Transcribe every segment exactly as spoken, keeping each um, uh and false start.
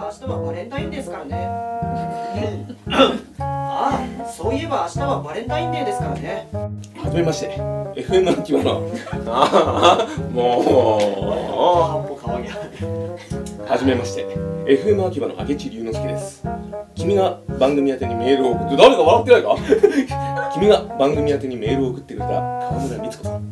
明日はバレンタインですからね。ああ、そういえば明日はバレンタインデーですからね。 はじめまして、エフエム 秋葉のああ、もうはじめまして、エフエム 秋葉の明智龍之介です。君が番組宛てにメールを送って、誰か笑ってないか君が番組宛てにメールを送ってくれた川村光子さん。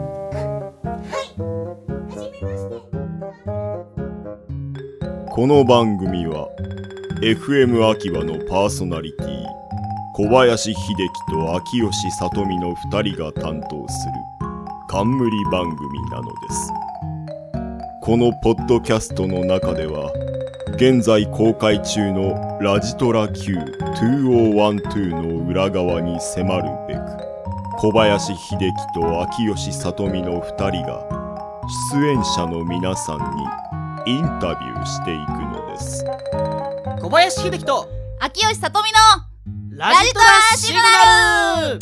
この番組は エフエム 秋葉のパーソナリティ小林秀樹と秋吉里美のふたりが担当する冠番組なのです。このポッドキャストの中では現在公開中のラジトラ キューにせんじゅうにの裏側に迫るべく小林秀樹と秋吉里美のふたりが出演者の皆さんにインタビューしていくのです。 小林秀樹と秋吉里美のラジトラシグナ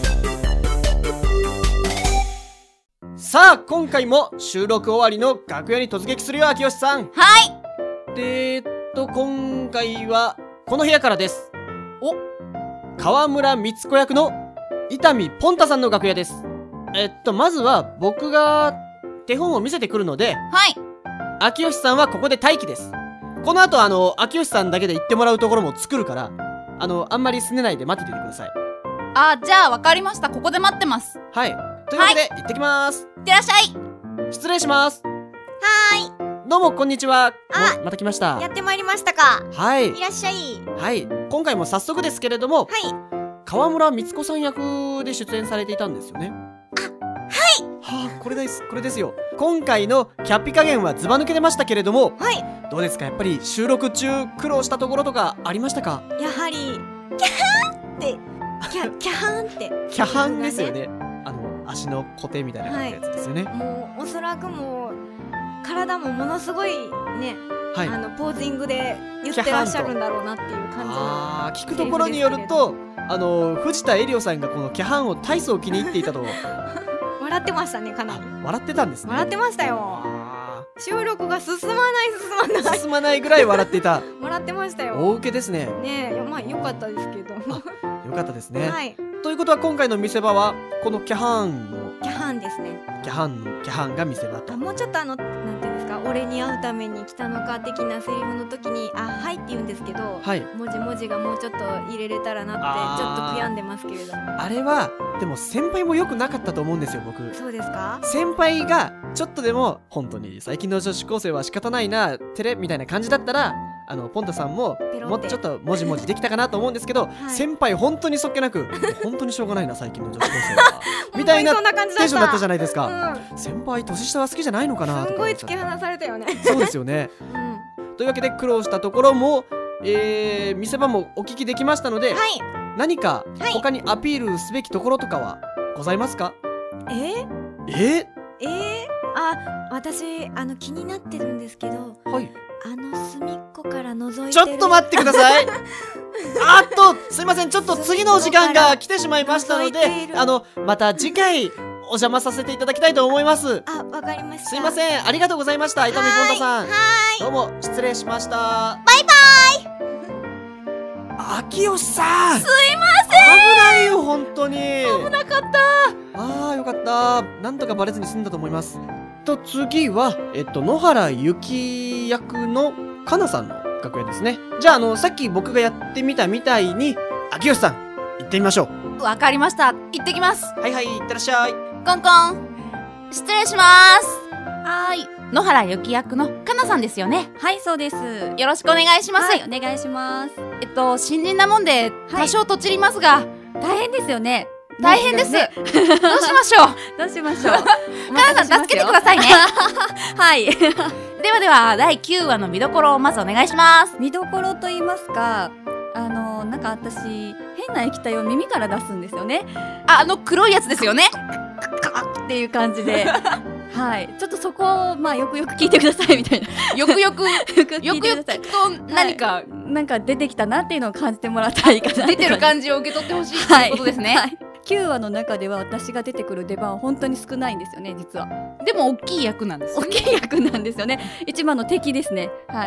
ル。さあ、今回も収録終わりの楽屋に突撃するよ、秋吉さん。 はいでーっと今回はこの部屋からです。お、川村光子役の伊丹ポンタさんの楽屋です。えっとまずは僕が手本を見せてくるので、 はい、 秋吉さんはここで待機です。この後あの秋吉さんだけで行ってもらうところも作るから、あのあんまりすねないで待っててください。 あ、じゃあわかりました。ここで待ってます。 はい、というわけで、はい、行ってきます。 いってらっしゃい。 失礼します。 はーい、どうもこんにちは。 あ、 また来ました。 やってまいりましたか。 はい、 いらっしゃい。 はい、今回も早速ですけれども、 はい、 川村光子さん役で出演されていたんですよね。 あ、はいはあ、これです、これですよ。今回のキャッピ加減はズバ抜けてましたけれども、 はい、 どうですか、やっぱり収録中苦労したところとかありましたか？ やはりキャハーンってキャキャハーンってキャハンですよね。あの足の固定みたいな感じのやつですよね。 はい、もうおそらくもう体もものすごいね、はい、あのポージングで言ってらっしゃるんだろうなっていう感じの。 あー、聞くところによると、あの藤田エリオさんがこのキャハンを大層気に入っていたと笑ってましたね、かなり。 笑ってたんですね。 笑ってましたよ。収録が進まない進まない進まないぐらい笑っていた。 笑ってましたよ。 大受けですね。 ねえ、まあ良かったですけど。 よかったですね。 はい。 ということは今回の見せ場はこのキャハンのキャハンですね。 キャハンのキャハンが見せ場と。 あ、もうちょっとあのなんていうんですか、俺に会うために来たのか的なセリフの時に、あ、はいって言うんですけど、はい、文字文字がもうちょっと入れれたらなってちょっと悔やんでますけれど。 あれはでも先輩も良くなかったと思うんですよ、僕。 そうですか？ 先輩がちょっとでも本当に最近の女子高生は仕方ないな、照れみたいな感じだったら、あのポンタさんももうちょっともじもじできたかなと思うんですけど、はい、先輩本当にそっけなく本当にしょうがないな最近の女子高生はみたいなテンションだったじゃないですか、うん、先輩年下は好きじゃないのかなとか。 すごい突き放されたよね。 そうですよね、うん、というわけで苦労したところも、えー、見せ場もお聞きできましたので、はい、何か他にアピールすべきところとかはございますか？ えー、 えー、 えー、あ、私あの気になってるんですけど、 はい、 あの隅っこから覗いてる。 ちょっと待ってください。あっとすいません、ちょっと次のお時間が来てしまいましたので、あのまた次回お邪魔させていただきたいと思います。 あ、わかりました。すいません、ありがとうございました。伊丹ポンタさん、 はい、 どうも失礼しました。 バイバイ。 秋吉さん、 すいません、 危ないよ本当に。 危なかった。 あー、よかった、なんとかバレずに済んだと思います。と次はえっと野原ゆき役のかなさんの楽屋ですね。じゃあ、あのさっき僕がやってみたみたいに秋吉さん行ってみましょう。わかりました、行ってきます。 はいはい、行ってらっしゃい。 コンコン、失礼します。はーい、野原ゆき役のかなさんですよね。 はい、そうです。 よろしくお願いします。 はい、お願いします。 えっと新人なもんで多少とちりますが、はい、 大変ですよね。 大変です、ね、どうしましょう。 どうしましょう。 かなさん助けてくださいね。 はい。 ではではだいきゅうわの見どころをまずお願いします。 見どころと言いますか、あのなんか私変な液体を耳から出すんですよね。 あ、あの黒いやつですよね。 っていう感じで。はい、ちょっとそこをまあよくよく聞いてくださいみたいな。 よくよくよくよく聞くと何か、 はい、なんか出てきたなっていうのを感じてもらったらいいかな。 出てる感じを受け取ってほしいということですね。はいはい、 きゅうわの中では私が出てくる出番は本当に少ないんですよね、実は。 でも大きい役なんですよね。 大きい役なんですよね。一番の敵ですね。はい。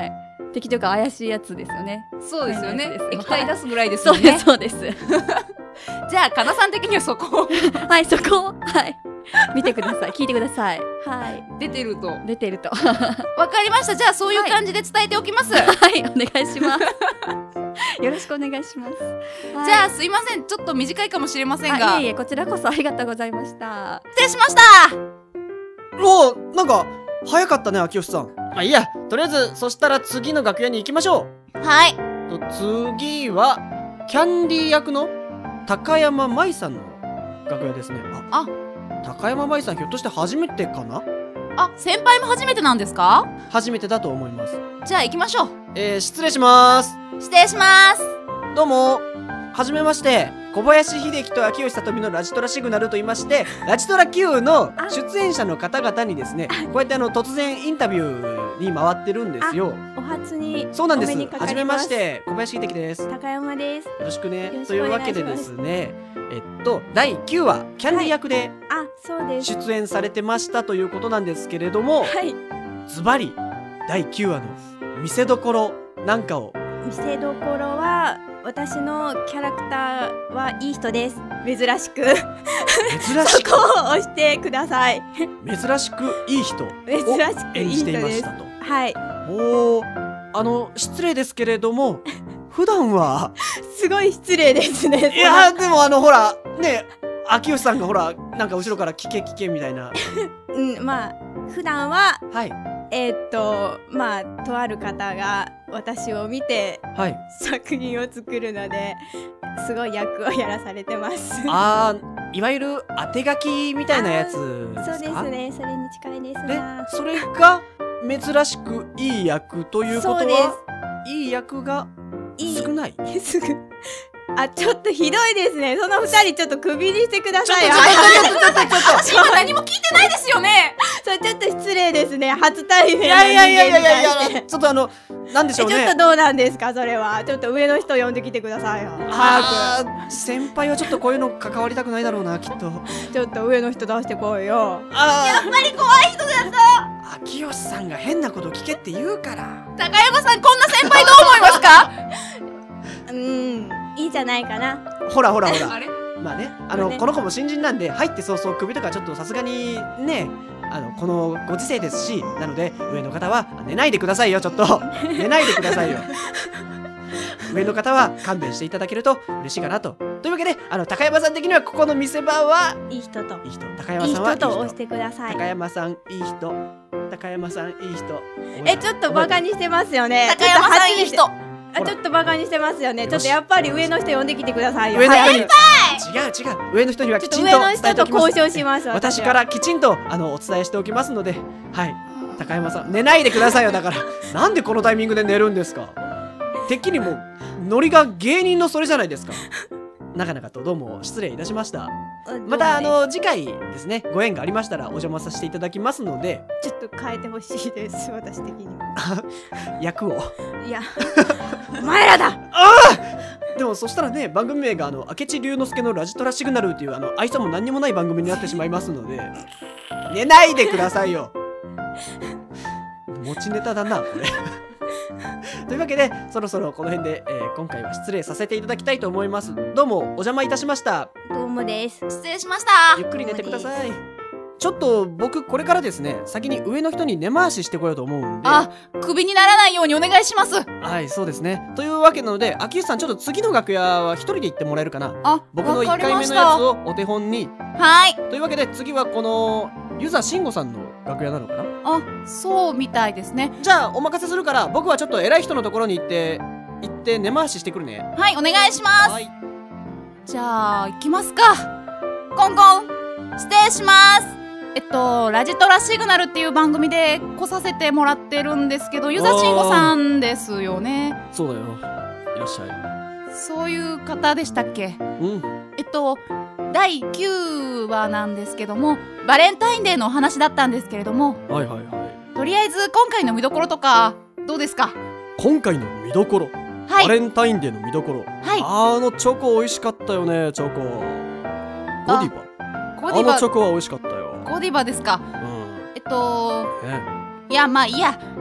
敵というか怪しいやつですよね。 そうですよね。 変なやつです液体出すぐらいですそうでよね。 すそうです。 じゃあかなさん的にはそこをはい、そこをはい見てください、聞いてください。はい出てると。 出てると。 わかりました。じゃあそういう感じで伝えておきます。 はい、お願いします。よろしくお願いします。はいじゃあすいません。ちょっと短いかもしれませんが。 あいえいえ、こちらこそありがとうございました。 失礼しました。 おお、なんか早かったね、秋吉さん。まあいいや、とりあえずそしたら次の楽屋に行きましょはい。 う。と次はキャンディー役の高山舞さんの楽屋ですね。あ、高山舞さんひょっとして初めてかな？ あ、先輩も初めてなんですか？ 初めてだと思います。 じゃあ行きましょう。 えー、失礼します。 失礼します。 どうも、はじめまして。小林秀樹と秋吉さとみのラジトラシグナルと言いまして、ラジトラ Q の出演者の方々にですね、こうやってあの突然インタビューに回ってるんですよ。 お初にそうなんです。 お目にかかはじめりまますして小林秀樹です。よ高山です。 ろしくね。 ろしというわけでですね、えっとだいきゅうわキャンディー役であ、そうです。 出演されてましたということなんですけれども、 はい。 ズバリだいきゅうわの見せどころなんかを。 見せどころは私のキャラクターはいい人です。珍しく珍しくそこを押してください。 珍しくいい人を珍しくいい人です。 演じていましたと。 はい。 おー、あの失礼ですけれども普段はすごい失礼ですね。 いやーでもあのほらね、秋吉さんがほらなんか後ろから聞け聞けみたいなうん、まあ普段ははいえーっとまあとある方が私を見てはい作品を作るのですごい役をやらされてます。 あー、いわゆる当て書きみたいなやつですか？ そうですね、それに近いですでが。 それが珍しくいい役ということそうでは、いい役がいい少ない。 すぐあ、ちょっとひどいですね。その二人ちょっとクビにしてくださいよ。 ちょっとちょっとちょっとちょっとちょっと私今何も聞いてないですよね。 それちょっと失礼ですね。初対面のいやいやいやいやいやい人間に対してや、ちょっとあのなんでしょうね。 えちょっとどうなんですかそれは。ちょっと上の人呼んできてくださいよ。 あー、先輩はちょっとこういうの関わりたくないだろうな、きっと。 ちょっと上の人出してこいよ。 あやっぱり怖い人だった。 あ、秋吉さんが変なこと聞けって言うから。 高山さん、こんな先輩どう思いますか？ うーん、いいじゃないかな。 ほらほらほら。 あれ？ まあね、あの、 ねこの子も新人なんで入って早々首とかちょっとさすがにね、あのこのご時世ですし、なので上の方は寝ないでくださいよ、ちょっと寝ないでくださいよ。上の方は勘弁していただけると嬉しいかなと。というわけで、あの高山さん的にはここの見せ場はいい人といい人、高山いいさんはいい人、 人と押してください。 高山さんいい人、高山さんいい人。 え、ちょっとバカにしてますよね。 高山さんいい人。 あ、ちょっとバカにしてますよね。ちょっとやっぱり上の人呼んできてくださいよ。 上の人に、 はい違う違う、上の人にはちょきちんとっと上の人と伝えておきます。 交渉します。 私からきちんとあのお伝えしておきますので、はい、高山さん寝ないでくださいよ。だからなんでこのタイミングで寝るんですか。てっきりもうノリが芸人のそれじゃないですか。なかなかとどうも失礼いたしました。 うんまたあどうもねの次回ですね、ご縁がありましたらお邪魔させていただきますので、 ちょっと変えてほしいです私的には。 役を。 いやお前らだ。 でもそしたらね、番組名があの明智龍之介のラジトラシグナルというあの愛想も何にもない番組になってしまいますので、寝ないでくださいよ。持ちネタだなこれ。というわけでそろそろこの辺で、えー今回は失礼させていただきたいと思います。どうもお邪魔いたしました。 どうもです。 失礼しました。 ゆっくり寝てください。ちょっと僕これからですね、先に上の人に根回ししてこようと思うんで。 あ、クビにならないようにお願いします。 はい、そうですね。というわけなので、秋吉さんちょっと次の楽屋は一人で行ってもらえるかな。 あ、 僕の1 わかり回目のましたやつをお手本に。 はい。 というわけで次はこのユザ慎吾さんの楽屋なのかな。 あ、そうみたいですね。 じゃあお任せするから、僕はちょっと偉い人のところに行って行って根回ししてくるね。 はい、お願いします。 はい。 じゃあ行きますか。コンコン。失礼します。えっとラジトラシグナルっていう番組で来させてもらってるんですけど、ユザ慎吾さんですよね。 そうだよ。いらっしゃい。 そういう方でしたっけ？ うん。 えっとだいきゅうわなんですけども、バレンタインデーのお話だったんですけれども、 はいはいはい。 とりあえず今回の見どころとかどうですか？ 今回の見どころ。 はいバレンタインデーの見どころ。 はい。 あのチョコ美味しかったよね、チョコ。ゴディバ。 ゴディバあのチョコは美味しかったよ。 ゴディバですか？ うん。 えっとね。 いやまあいいや。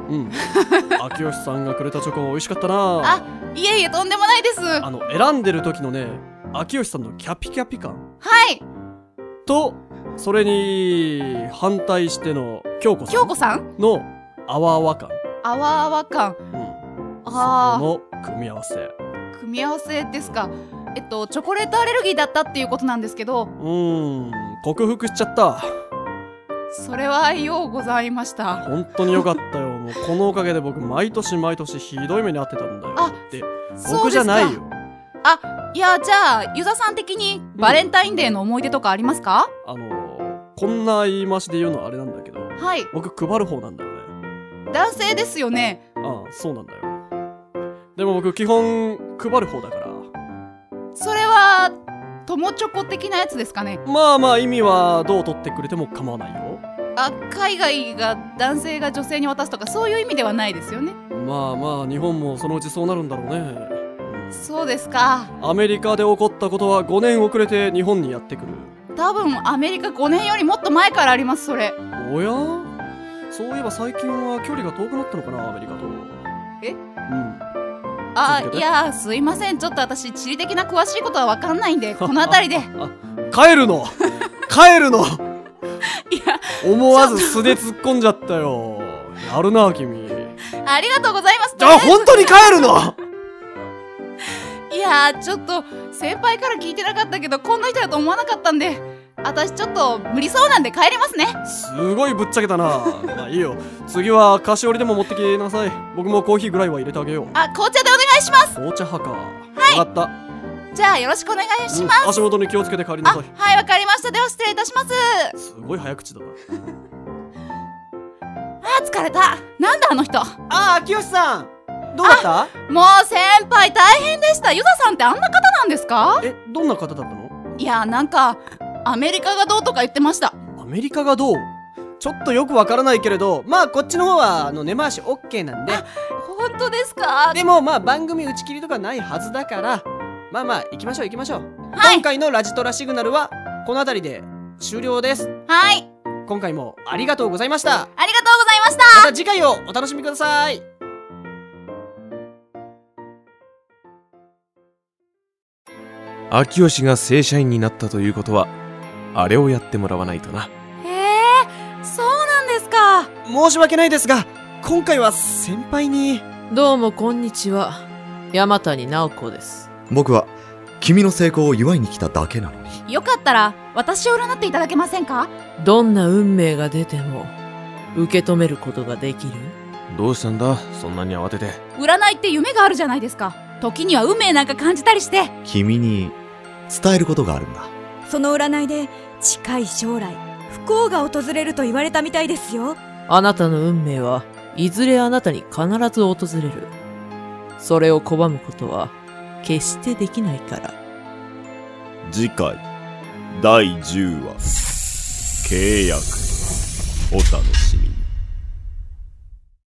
うん秋吉さんがくれたチョコ美味しかったな。 あ、いえいえとんでもないです。 あの選んでる時のね秋吉さんのキャピキャピ感はいとそれに反対しての京子さん京子さんのあわあわ感、 あわあわ感、 うん、 あその組み合わせ組み合わせですか。えっとチョコレートアレルギーだったっていうことなんですけど、 うーん克服しちゃった。 それはようございました。 本当によかったよ。もうこのおかげで僕毎年毎年ひどい目に遭ってたんだよ。 あって僕じゃないよ。 あ、いやじゃあユザさん的にバレンタインデーの思い出とかありますか？ あのー、こんな言い回しで言うのはあれなんだけど、 はい、 僕配る方なんだよね。 男性ですよね。 ああ、そうなんだよ。でも僕基本配る方だから。 それは友チョコ的なやつですかね。 まあまあ意味はどう取ってくれても構わないよ。 あ、海外が男性が女性に渡すとかそういう意味ではないですよね。 まあまあ日本もそのうちそうなるんだろうね。 そうですか。 アメリカで起こったことはごねん遅れて日本にやってくる。 多分アメリカごねんよりもっと前からありますそれ。 おや？そういえば最近は距離が遠くなったのかなアメリカと。 え？ うん。 あ、いやすいません、ちょっと私地理的な詳しいことは分かんないんでこの辺りで帰るの帰るのいや思わず素で突っ込んじゃったよ。やるな君。 ありがとうございます。 じゃあ本当に帰るのいやーちょっと先輩から聞いてなかったけどこんな人だと思わなかったんで私ちょっと無理そうなんで帰りますね。 すごいぶっちゃけたな。まあいいよ、次は菓子折りでも持ってきなさい。僕もコーヒーぐらいは入れてあげよう。 あ、紅茶でお願いします。 紅茶派か。 はい、 分かった。 じゃあよろしくお願いします、 うん、足元に気をつけて帰りなさい。 あ、はい、わかりました。では失礼いたします。 すごい早口だなあー疲れた。なんだあの人。 あー秋吉さんどうだった？ もう先輩大変でした。ユザさんってあんな方なんですか？ え、どんな方だったの？ いやなんかアメリカがどうとか言ってました。 アメリカがどう？ちょっとよくわからないけれど、まあこっちの方はあの根回し OK なんで。 本当ですか？ でもまあ番組打ち切りとかないはずだからまあまあ行きましょう行きましょう、 はい、 今回のラジトラシグナルはこの辺りで終了です。 はい、 今回もありがとうございました。 ありがとうございました。 また次回をお楽しみください。 秋吉が正社員になったということはあれをやってもらわないとな。 へえ、そうなんですか。 申し訳ないですが今回は先輩に。 どうもこんにちは、山谷直子です。 僕は君の成功を祝いに来ただけなのに。 よかったら私を占っていただけませんか？ どんな運命が出ても受け止めることができる？ どうしたんだそんなに慌てて。 占いって夢があるじゃないですか。時には運命なんか感じたりして。 君に伝えることがあるんだ。 その占いで近い将来不幸が訪れると言われたみたいですよ。 あなたの運命はいずれあなたに必ず訪れる。それを拒むことは決してできないから。 次回だいじゅうわ契約お楽しみ。